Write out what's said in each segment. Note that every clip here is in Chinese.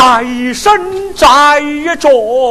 在身在着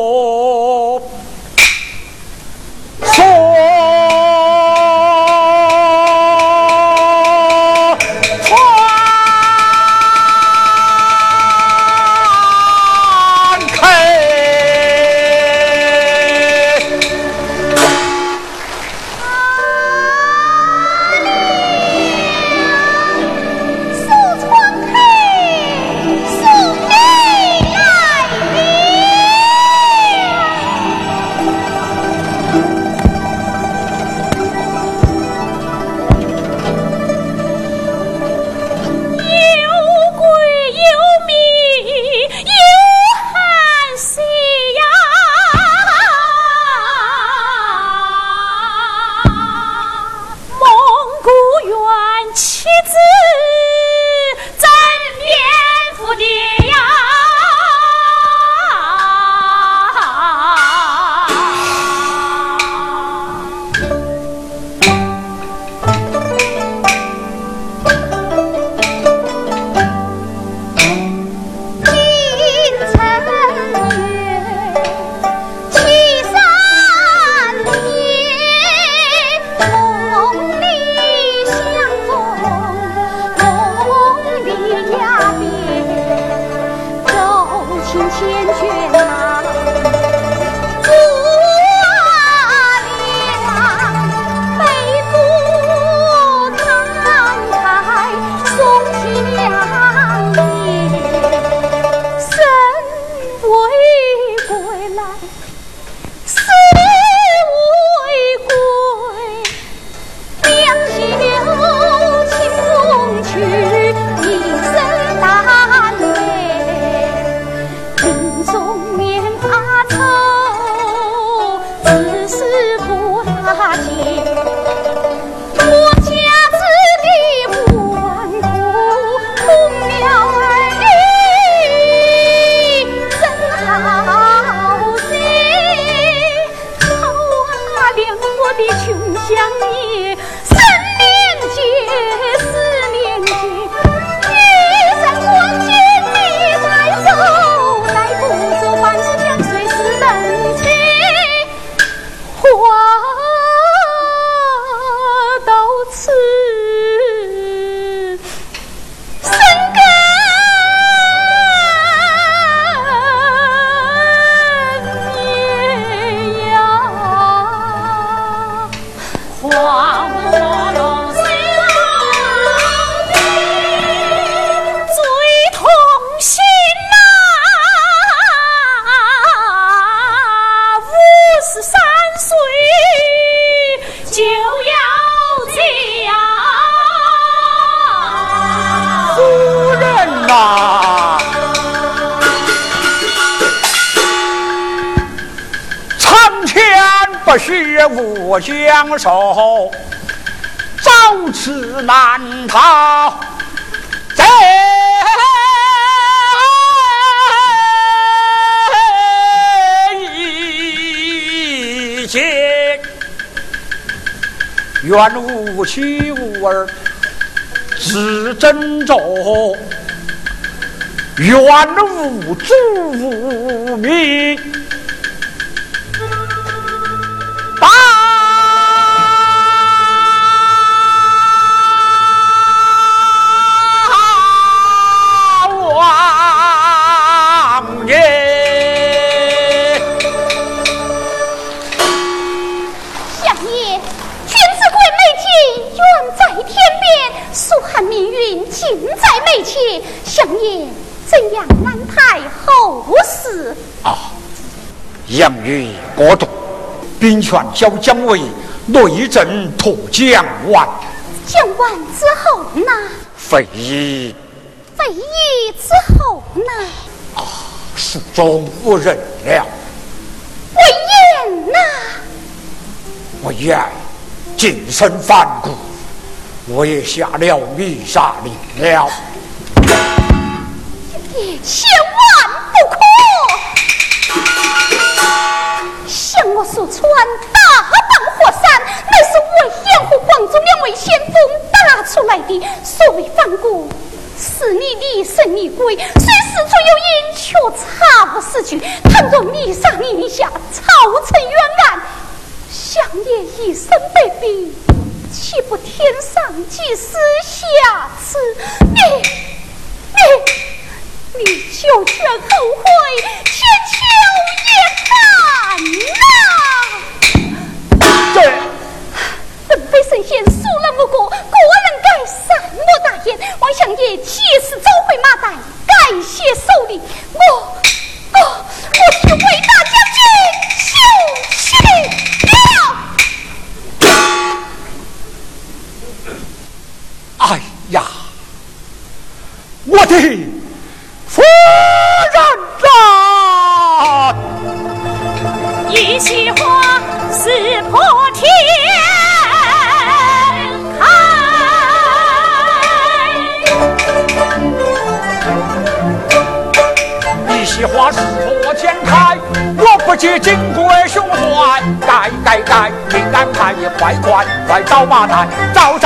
我相守，朝辞难逃。这一切，愿无妻无儿自珍重，愿无主无名。 相爷怎样安排后事啊？杨玉过度，兵权交姜维，内政托蒋琬。 蒋琬之后呢？ 非议。 非议之后呢？ 啊，蜀中无人了。 魏延呢？ 魏延谨慎反骨，我也下了密杀令了。 千万不可！向我所传大放火山，乃是魏延和黄忠两位先锋打出来的，所谓反骨，实使你离神离鬼，虽是足有因，却查不死去。倘若弥撒你下，朝臣冤案，相爷一生被逼，岂不天上即是下赐？你就全后悔，千秋也难呐！ 对， 本非神仙，恕人无过，果人该善莫大焉。王相爷即时召回马岱，感谢受礼。我去为大将军休息了。 哎呀，我的夫人啊！ 一席话撕破天开， 一席话撕破天开，我不及金贵胸怀，该，你安排也快找马岱，找。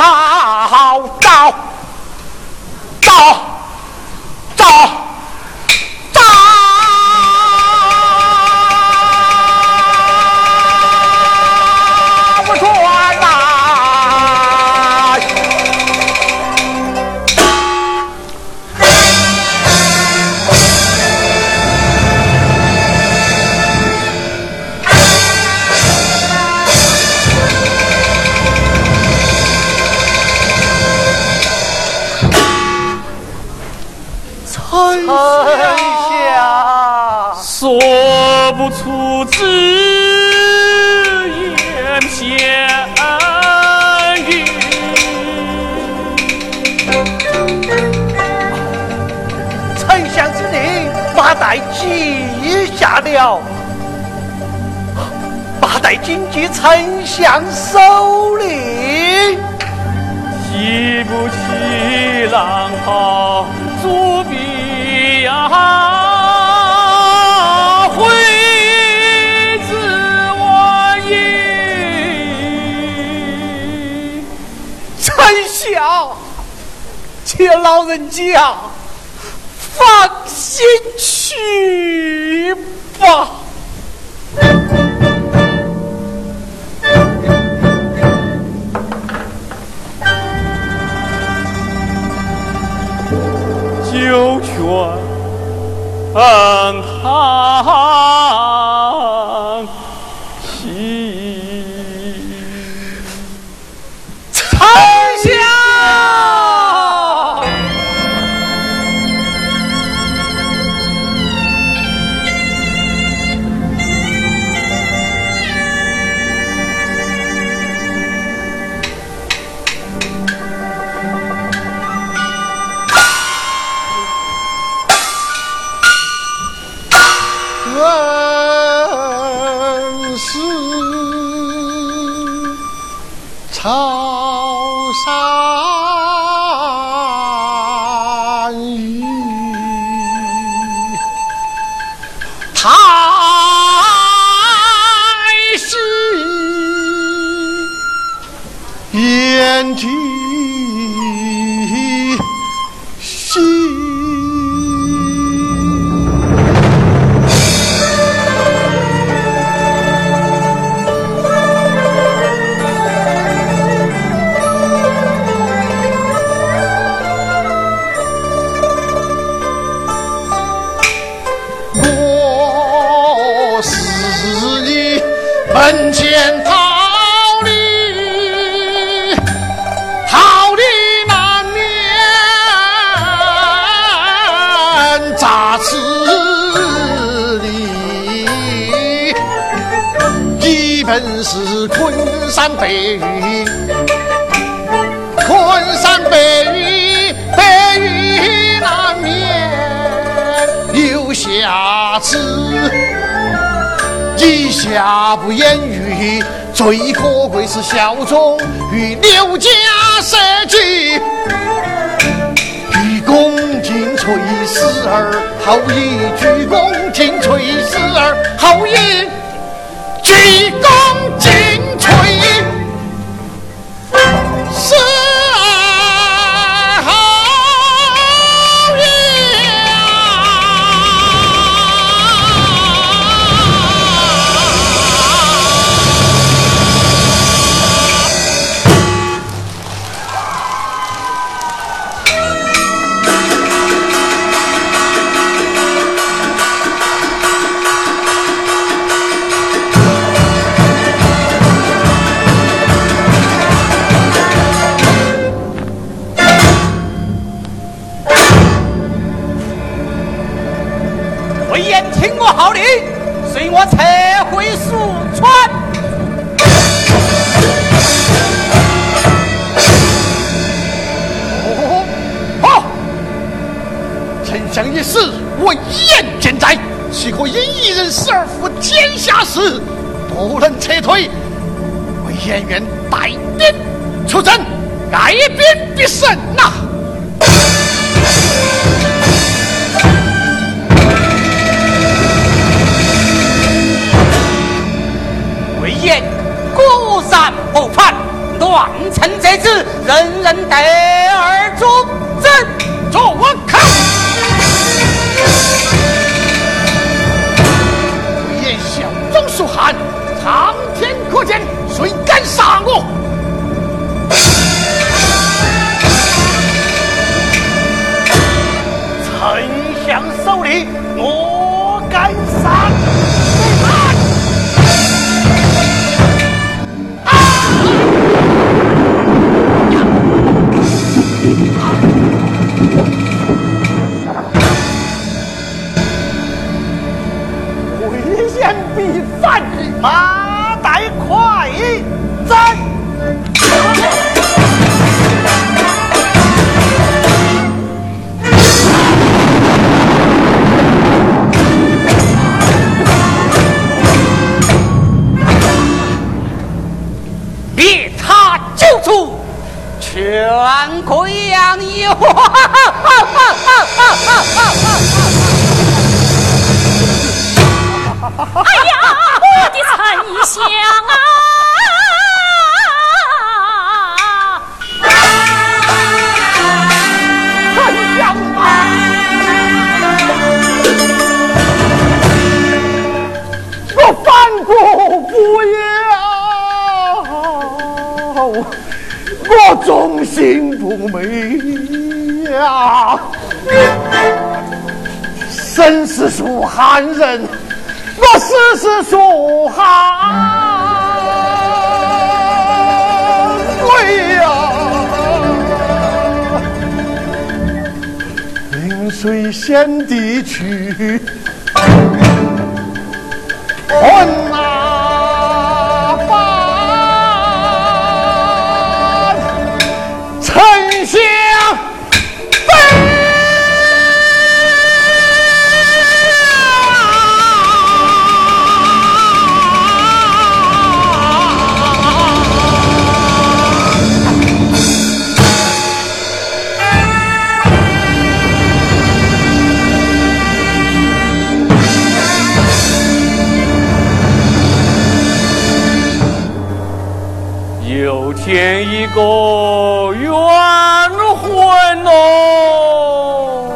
我说来， 臣下说不出自言片语， 丞相之令，马岱记下了。马岱谨记丞相手令， 提不起浪涛阻壁呀，挥之万矣。 丞相，请老人家放心去吧。 九泉堂起， 丞相。朝山雨，太师眼底细。门前桃李，桃李难免杂刺里，一本是昆山北语，昆山北语，北语难免有瑕疵。以下不言语，最可贵是效忠于刘家社稷。鞠躬尽瘁，死而后已；鞠躬尽瘁，死而后已；鞠躬尽瘁，死而后时我眼见在，岂可因一人死而负天下事？不能撤退，为燕元带兵出征，改变必胜呐！ 魏延果然不凡，乱臣贼子，人人得而诛之。 坐我看，魏延效忠属汉，苍天可见，谁敢杀我？ 丞相手里，我敢杀！ 危险必反，马带快战！ 别他救出，全归让你！ 哎呀，我的丞相啊！ 丞相啊！我反国不要，我忠心不美呀！生是属汉人，我死是属汉鬼呀！临水县地区，混哪般丞相又添一个冤魂哦！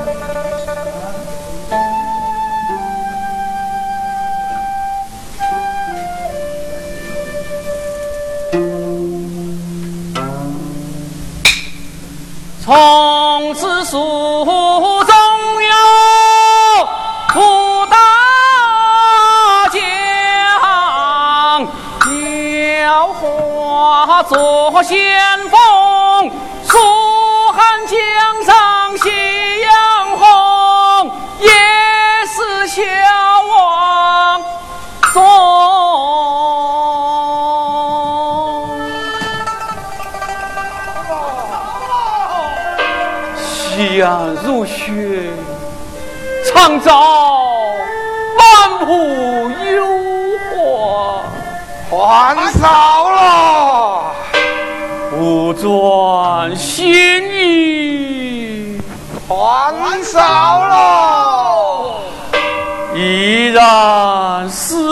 从此蜀中有出大将，要化作先锋，蜀汉江上夕阳红，也是小王送。夕阳如雪，长照满铺幽花。 还少了， 不转心意， 还少了， 依然是